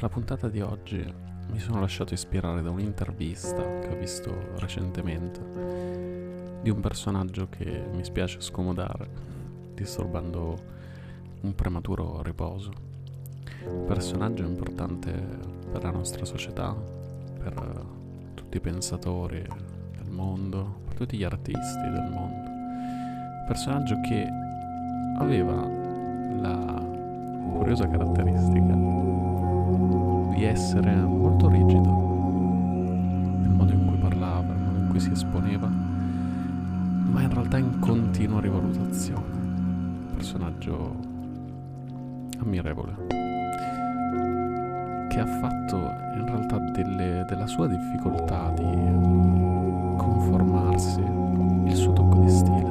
Per la puntata di oggi mi sono lasciato ispirare da un'intervista che ho visto recentemente di un personaggio che mi spiace scomodare, disturbando un prematuro riposo. Un personaggio importante per la nostra società, per tutti i pensatori del mondo, per tutti gli artisti del mondo. Un personaggio che aveva la curiosa caratteristica di essere molto rigido nel modo in cui parlava, nel modo in cui si esponeva, ma in realtà in continua rivalutazione. Un personaggio ammirevole, che ha fatto in realtà della sua difficoltà di conformarsi il suo tocco di stile.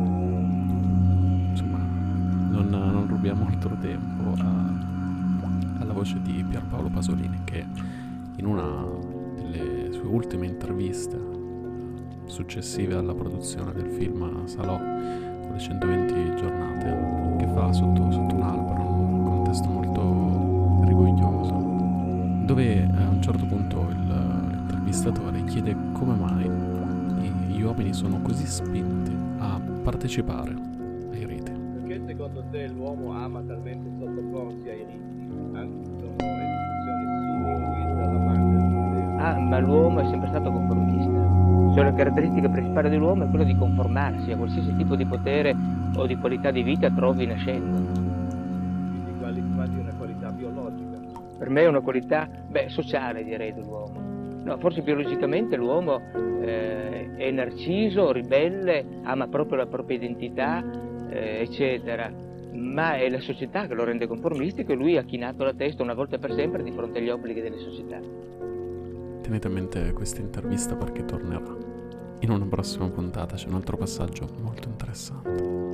Insomma, non rubiamo altro tempo alla voce di Pierpaolo Pasolini, che in una delle sue ultime interviste successive alla produzione del film Salò, con le 120 giornate, che fa sotto un albero, in un contesto molto rigoglioso, dove a un certo punto l'intervistatore chiede come mai gli uomini sono così spinti a partecipare ai riti. Perché secondo te l'uomo ama talmente sottoporsi ai riti? Anche se sono istituzioni simili dalla parte del potere. Ma l'uomo è sempre stato conformista. Cioè la caratteristica principale dell'uomo è quella di conformarsi a qualsiasi tipo di potere o di qualità di vita trovi nascendo. Quindi quasi una qualità biologica. Per me è una qualità, sociale direi dell'uomo. No, forse biologicamente l'uomo è narciso, ribelle, ama proprio la propria identità, eccetera. Ma è la società che lo rende conformistico e lui ha chinato la testa una volta per sempre di fronte agli obblighi delle società. Tenete a mente questa intervista perché tornerà. In una prossima puntata c'è un altro passaggio molto interessante.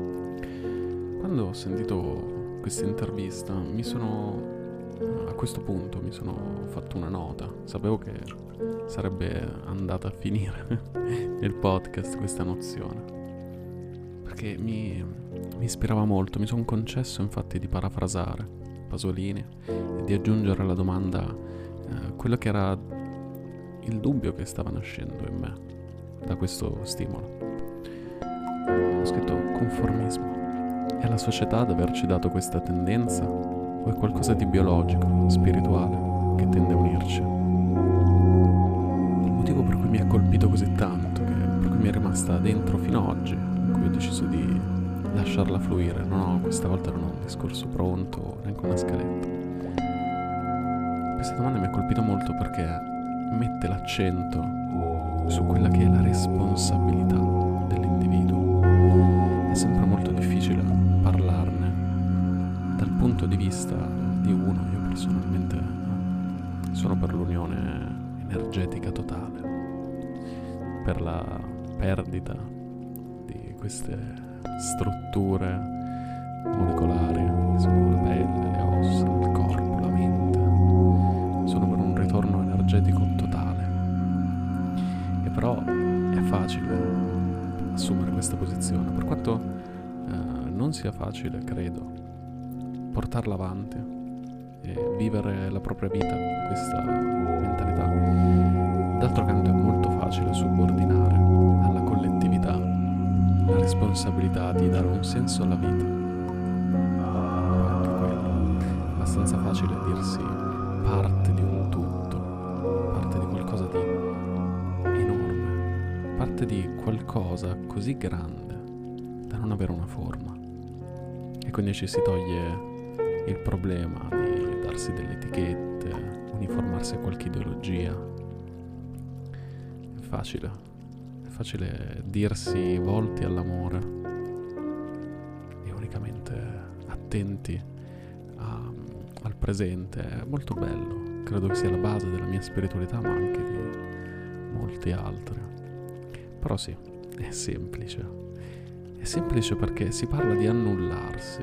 Quando ho sentito questa intervista a questo punto mi sono fatto una nota. Sapevo che sarebbe andata a finire nel podcast questa nozione, perché mi ispirava molto. Mi sono concesso infatti di parafrasare Pasolini e di aggiungere alla domanda quello che era il dubbio che stava nascendo in me da questo stimolo. Ho scritto conformismo. È la società ad averci dato questa tendenza o è qualcosa di biologico, spirituale, che tende a unirci? Il motivo per cui mi ha colpito così tanto, per cui mi è rimasta dentro fino ad oggi, in cui ho deciso di lasciarla fluire. Questa volta non ho un discorso pronto, neanche una scaletta. Questa domanda mi ha colpito molto perché mette l'accento su quella che è la responsabilità dell'individuo. È sempre molto difficile parlarne dal punto di vista di uno. Io personalmente sono per l'unione energetica totale, per la perdita di queste strutture molecolari che sono la pelle, le ossa, il corpo, la mente. Sono per un ritorno energetico totale. E però è facile assumere questa posizione, per quanto non sia facile, credo, portarla avanti e vivere la propria vita con questa mentalità. D'altro canto è molto facile subordinare alla collettività la responsabilità di dare un senso alla vita. Anche quello è abbastanza facile dirsi parte di un tutto, parte di qualcosa di enorme, parte di qualcosa così grande da non avere una forma. E quindi ci si toglie il problema di darsi delle etichette, uniformarsi a qualche ideologia. È facile dirsi volti all'amore e unicamente attenti al presente. È molto bello, credo che sia la base della mia spiritualità, ma anche di molti altri. Però sì, è semplice perché si parla di annullarsi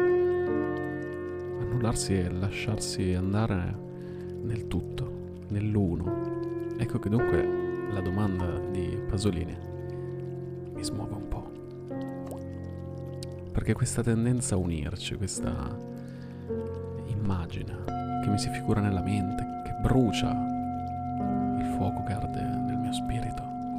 e lasciarsi andare nel tutto, nell'uno. Ecco che dunque la domanda di Pasolini mi smuove un po', perché questa tendenza a unirci, questa immagine che mi si figura nella mente, che brucia il fuoco che arde nel mio spirito.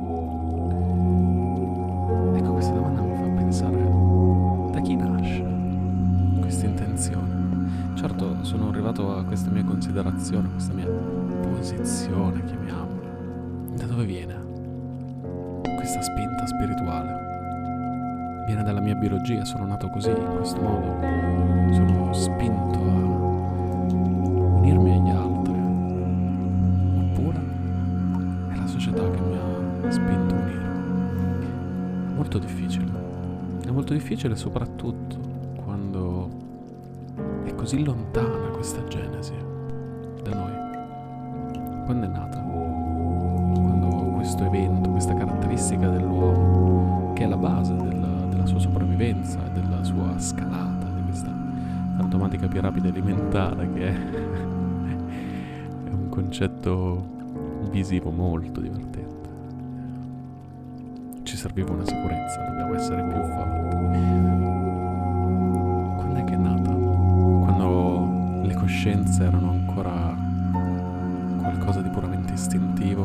Ecco, questa domanda mi fa pensare: da chi nasce questa intenzione? Certo, sono arrivato a questa mia considerazione, questa mia posizione, chiamiamola. Da dove viene questa spinta spirituale? Viene dalla mia biologia, sono nato così, in questo modo. Sono spinto a unirmi agli altri. Oppure è la società che mi ha spinto a unire. È molto difficile. È molto difficile soprattutto quando è così lontana questa genesi da noi. Quando è nata? Quando questo evento, questa caratteristica dell'uomo, che è la base della sua sopravvivenza e della sua scalata, di questa fantomatica piramide alimentare, che è un concetto visivo molto divertente. Ci serviva una sicurezza, dobbiamo essere più forti. Quando è che è nata? Quando le coscienze erano ancora qualcosa di puramente istintivo?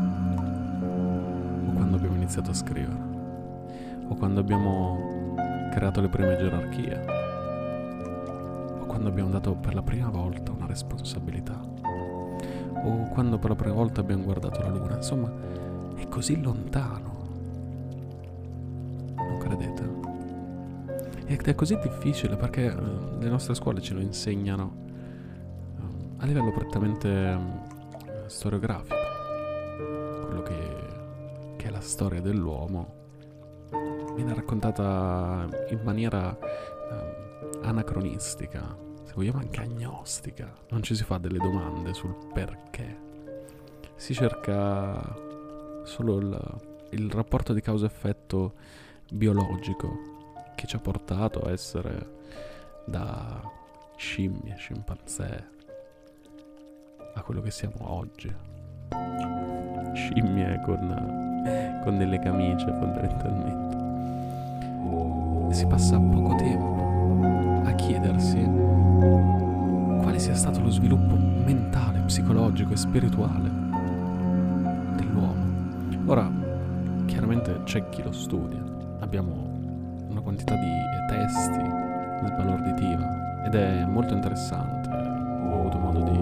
O quando abbiamo iniziato a scrivere? O quando abbiamo creato le prime gerarchie? O quando abbiamo dato per la prima volta una responsabilità? O quando per la prima volta abbiamo guardato la luna? Insomma, è così lontano. Non credete? Ed è così difficile perché le nostre scuole ce lo insegnano a livello prettamente storiografico. Quello che è la storia dell'uomo viene raccontata in maniera anacronistica, se vogliamo anche agnostica. Non ci si fa delle domande sul perché. Si cerca solo il rapporto di causa-effetto biologico che ci ha portato a essere da scimmie, scimpanzé, a quello che siamo oggi. Scimmie con delle camicie, fondamentalmente. Si passa poco tempo a chiedersi quale sia stato lo sviluppo mentale, psicologico e spirituale dell'uomo. Ora, chiaramente c'è chi lo studia. Abbiamo una quantità di testi sbalorditiva ed è molto interessante. Ho avuto modo di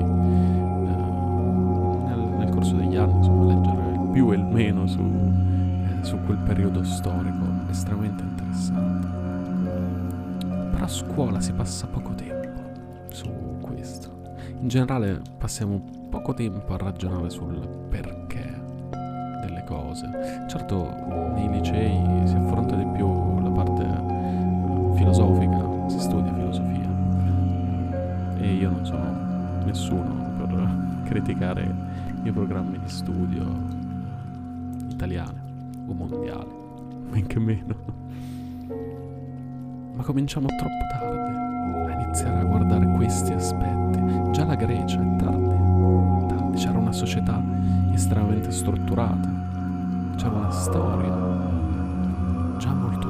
nel corso degli anni, insomma, leggere il più e il meno su quel periodo storico estremamente interessante. Però a scuola si passa poco tempo su questo. In generale passiamo poco tempo a ragionare sul perché delle cose. Certo, nei licei si affronta di più la parte filosofica, si studia filosofia, e io non sono nessuno per criticare i programmi di studio italiani o mondiali, men che meno. Ma cominciamo troppo tardi a iniziare a guardare questi aspetti. Già la Grecia è tardi. C'era una società estremamente strutturata, c'era una storia già molto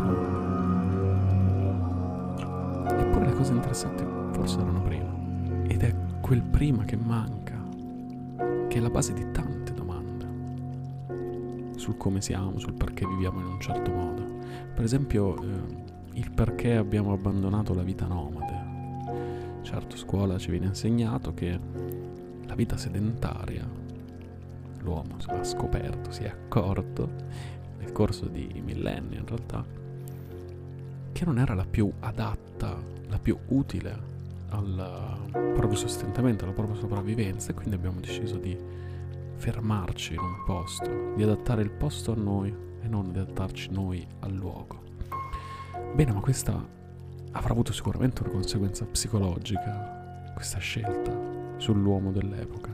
lunga. Eppure le cose interessanti forse erano prima. Ed è quel prima che manca, che è la base di tante domande sul come siamo, sul perché viviamo in un certo modo. Per esempio, il perché abbiamo abbandonato la vita nomade. Certo, a scuola ci viene insegnato che la vita sedentaria, l'uomo ha scoperto, si è accorto nel corso di millenni in realtà, che non era la più adatta, la più utile al proprio sostentamento, alla propria sopravvivenza, e quindi abbiamo deciso di fermarci in un posto, di adattare il posto a noi e non di adattarci noi al luogo. Bene, ma questa avrà avuto sicuramente una conseguenza psicologica, questa scelta sull'uomo dell'epoca.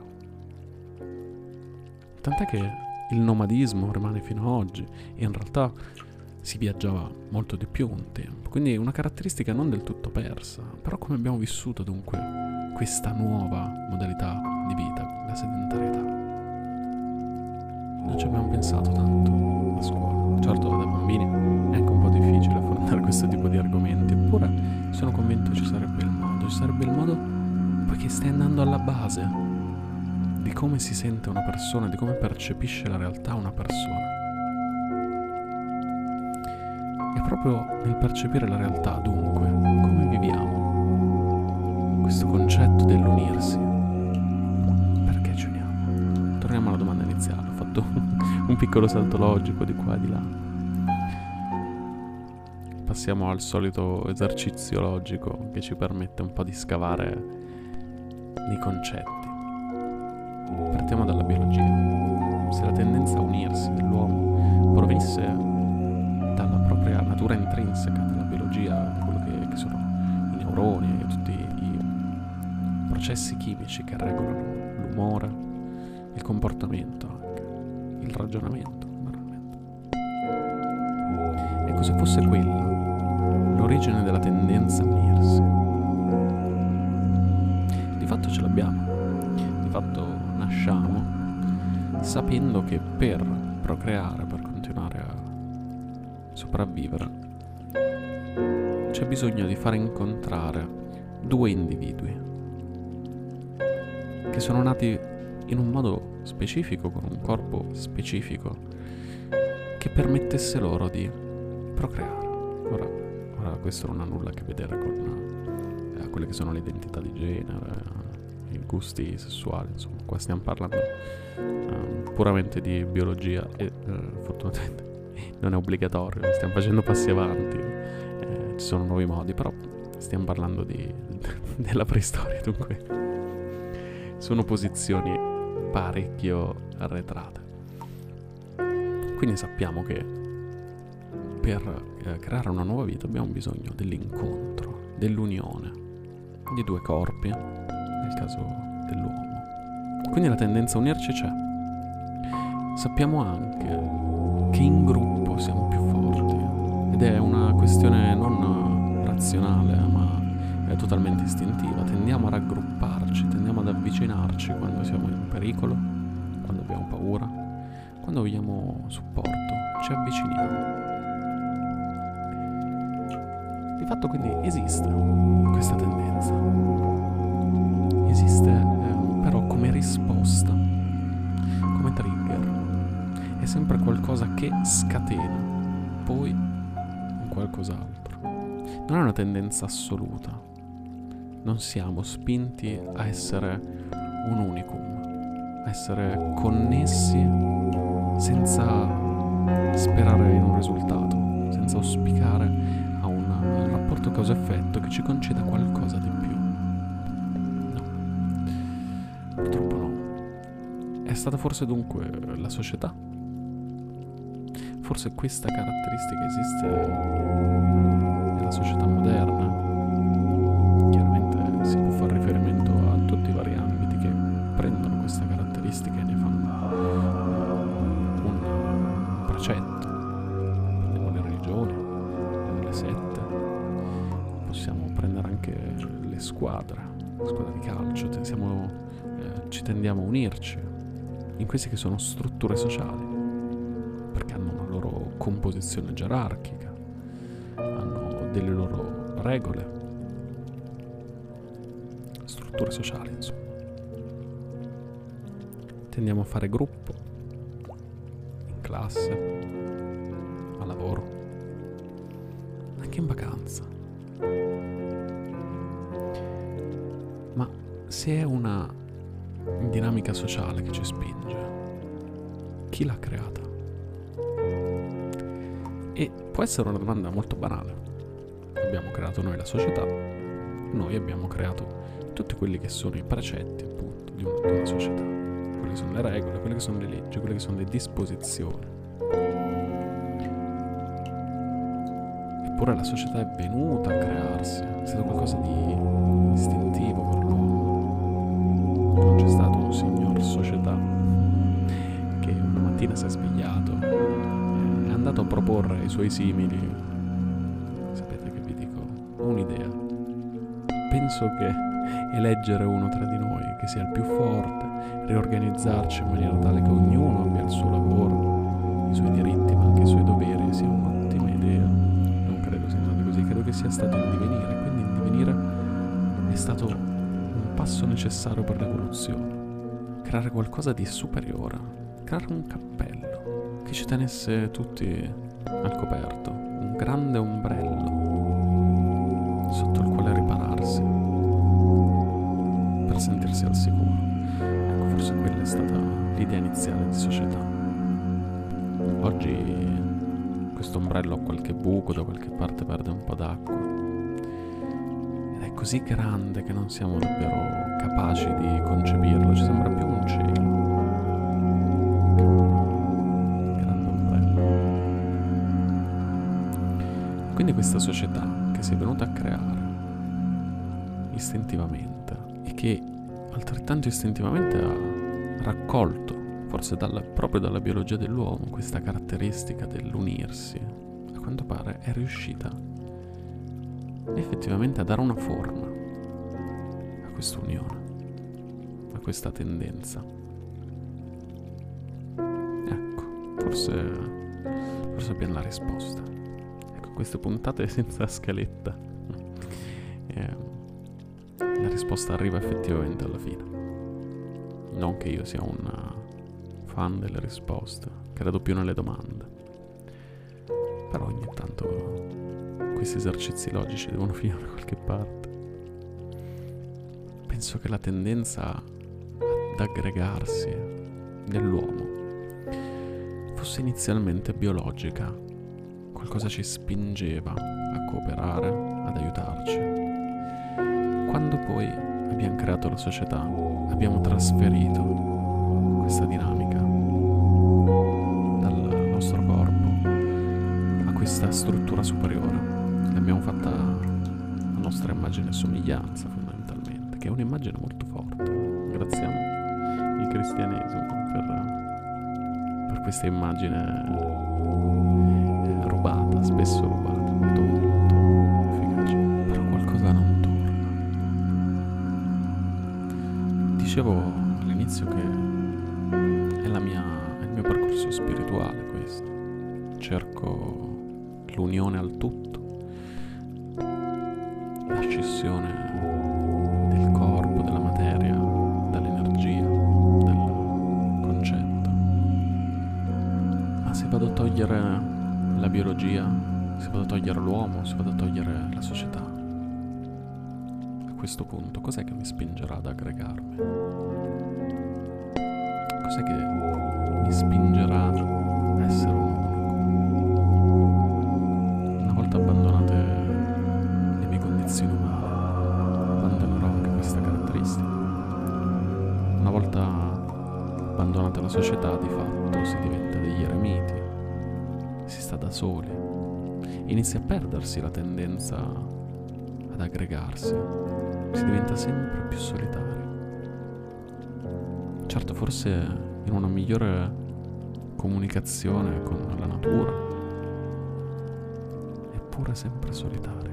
Tant'è che il nomadismo rimane fino ad oggi, e in realtà si viaggiava molto di più un tempo, quindi è una caratteristica non del tutto persa. Però come abbiamo vissuto dunque questa nuova modalità di vita, la sedentarietà? Non ci abbiamo pensato tanto a scuola. Certo, da bambini è anche un po' difficile affrontare questo tipo di argomenti, eppure sono convinto ci sarebbe il modo, poiché che stai andando alla base di come si sente una persona, di come percepisce la realtà una persona. E proprio nel percepire la realtà, dunque, come viviamo questo concetto dell'unirsi? Perché ci uniamo? Torniamo alla domanda iniziale, ho fatto un piccolo salto logico di qua e di là. Passiamo al solito esercizio logico che ci permette un po' di scavare nei concetti. Partiamo dalla biologia. Se la tendenza a unirsi dell'uomo provenisse dalla propria natura intrinseca della biologia, di quello che sono i neuroni e tutti i processi chimici che regolano l'umore, il comportamento anche, il ragionamento, banalmente. Ecco, se fosse quella l'origine della tendenza a unirsi, di fatto ce l'abbiamo. Di fatto nasciamo sapendo che per procreare, per continuare a sopravvivere, c'è bisogno di far incontrare due individui che sono nati in un modo specifico, con un corpo specifico, che permettesse loro di procreare. Ora questo non ha nulla a che vedere con quelle che sono le identità di genere, i gusti sessuali, insomma, qua stiamo parlando puramente di biologia e fortunatamente non è obbligatorio, stiamo facendo passi avanti, ci sono nuovi modi, però stiamo parlando della preistoria, dunque sono posizioni parecchio arretrate. Quindi sappiamo che per creare una nuova vita abbiamo bisogno dell'incontro, dell'unione di due corpi, nel caso dell'uomo. Quindi la tendenza a unirci c'è. Sappiamo anche che in gruppo siamo più forti, ed è una questione non razionale, ma è totalmente istintiva. Tendiamo a raggrupparci, tendiamo ad avvicinarci quando siamo in pericolo, quando abbiamo paura, quando vogliamo supporto, ci avviciniamo. Di fatto quindi esiste questa tendenza, esiste però come risposta, come trigger, è sempre qualcosa che scatena poi un qualcos'altro. Non è una tendenza assoluta, non siamo spinti a essere un unicum, a essere connessi senza sperare in un risultato, senza auspicare a un rapporto causa-effetto che ci conceda qualcosa di più. No, purtroppo no. È stata forse dunque la società? Forse questa caratteristica esiste nella società moderna? Chiaramente si può fare riferimento a tutti i vari ambiti che prendono questa caratteristica e ne fanno un precetto. Prendiamo le religioni, le sette, possiamo prendere anche le squadre di calcio, ci tendiamo a unirci in queste che sono strutture sociali, perché hanno una loro composizione gerarchica, hanno delle loro regole, strutture sociali, insomma. Tendiamo a fare gruppo, in classe, al lavoro, anche in vacanza. Ma se è una dinamica sociale che ci spinge, chi l'ha creata? E può essere una domanda molto banale. Abbiamo creato noi la società, noi abbiamo creato tutti quelli che sono i precetti, appunto, di una società, quelle che sono le regole, quelle che sono le leggi, quelle che sono le disposizioni. Eppure la società è venuta a crearsi, è stato qualcosa di istintivo per l'uomo. Non c'è stato un signor società che una mattina si è svegliato, è andato a proporre ai suoi simili, sapete che vi dico, un'idea. Penso che eleggere uno tra di noi che sia il più forte, riorganizzarci in maniera tale che ognuno abbia il suo lavoro, i suoi diritti ma anche i suoi doveri sia un'ottima idea. Credo sia stato in divenire, quindi in divenire è stato un passo necessario per l'evoluzione, creare qualcosa di superiore, creare un cappello che ci tenesse tutti al coperto, un grande ombrello sotto il quale ripararsi per sentirsi al sicuro. Ecco, forse quella è stata l'idea iniziale di società. Oggi questo ombrello ha qualche buco, da qualche parte perde un po' d'acqua ed è così grande che non siamo davvero capaci di concepirlo, ci sembra più un cielo. Grande ombrello. Quindi questa società che si è venuta a creare istintivamente e che altrettanto istintivamente ha raccolto, forse proprio dalla biologia dell'uomo, questa caratteristica dell'unirsi, a quanto pare è riuscita effettivamente a dare una forma a questa unione, a questa tendenza. Ecco, forse abbiamo la risposta. Ecco, queste puntate senza scaletta. La risposta arriva effettivamente alla fine. Non che io sia un fan delle risposte, credo più nelle domande. Però ogni tanto questi esercizi logici devono finire da qualche parte. Penso che la tendenza ad aggregarsi nell'uomo fosse inizialmente biologica. Qualcosa ci spingeva a cooperare, ad aiutarci. Quando poi abbiamo creato la società, abbiamo trasferito questa dinamica dal nostro corpo a questa struttura superiore. L'abbiamo fatta a nostra immagine e somiglianza, fondamentalmente, che è un'immagine molto forte. Ringraziamo il cristianesimo per questa immagine rubata, spesso rubata, molto efficace. Però qualcosa non torna. Dicevo all'inizio che è il mio percorso spirituale questo. Cerco l'unione al tutto, la scissione del corpo, della materia, dall'energia, del concetto. Ma se vado a togliere la biologia, se vado a togliere l'uomo, se vado a togliere la società, a questo punto cos'è che mi spingerà ad aggregarmi? Cos'è che mi spingerà a essere un unico? Una volta abbandonate le mie condizioni umane, abbandonerò anche questa caratteristica. Una volta abbandonata la società, di fatto si diventa degli eremiti, si sta da soli, inizia a perdersi la tendenza ad aggregarsi, si diventa sempre più solitari. Certo, forse in una migliore comunicazione con la natura, eppure sempre solitari.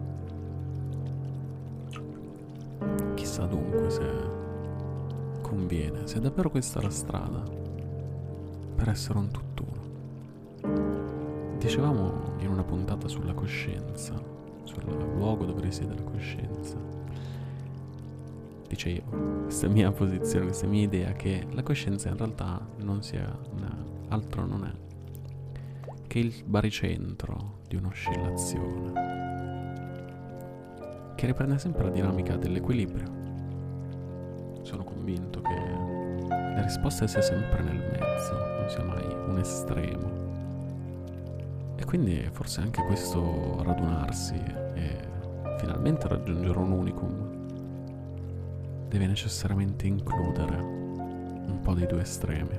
Chissà dunque se conviene, se davvero questa è la strada per essere un tutt'uno. Dicevamo in una puntata sulla coscienza, sul luogo dove risiede la coscienza, dicevo, questa mia posizione, questa mia idea, che la coscienza in realtà non sia altro non è che il baricentro di un'oscillazione che riprende sempre la dinamica dell'equilibrio. Sono convinto che la risposta sia sempre nel mezzo, non sia mai un estremo. E quindi forse anche questo radunarsi e finalmente raggiungere un unicum deve necessariamente includere un po' dei due estremi.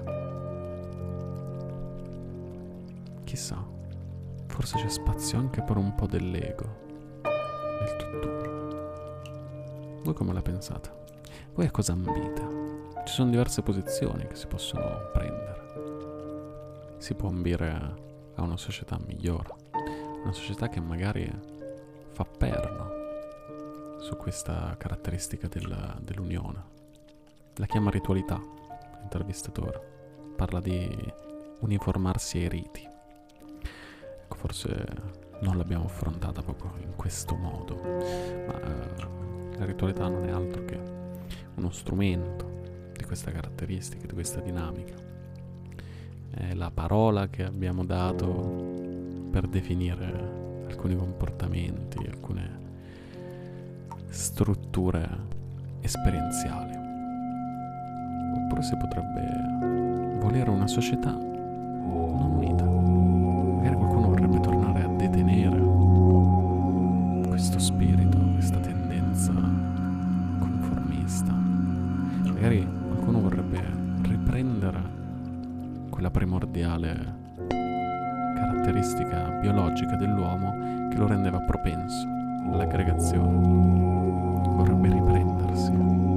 Chissà, forse c'è spazio anche per un po' dell'ego nel tutt'uno. Voi come la pensate? Voi a cosa ambite? Ci sono diverse posizioni che si possono prendere. Si può ambire a una società migliore, una società che magari fa perno su questa caratteristica dell'unione. La chiama ritualità, l'intervistatore. Parla di uniformarsi ai riti. Ecco, forse non l'abbiamo affrontata proprio in questo modo, ma la ritualità non è altro che uno strumento di questa caratteristica, di questa dinamica. È la parola che abbiamo dato per definire alcuni comportamenti, alcune strutture esperienziali. Oppure si potrebbe volere una società non unita. Magari qualcuno vorrebbe tornare a detenere questo spirito, questa tendenza conformista. Magari qualcuno vorrebbe riprendere quella primordiale caratteristica biologica dell'uomo che lo rendeva propenso all'aggregazione. Vorrebbe riprendersi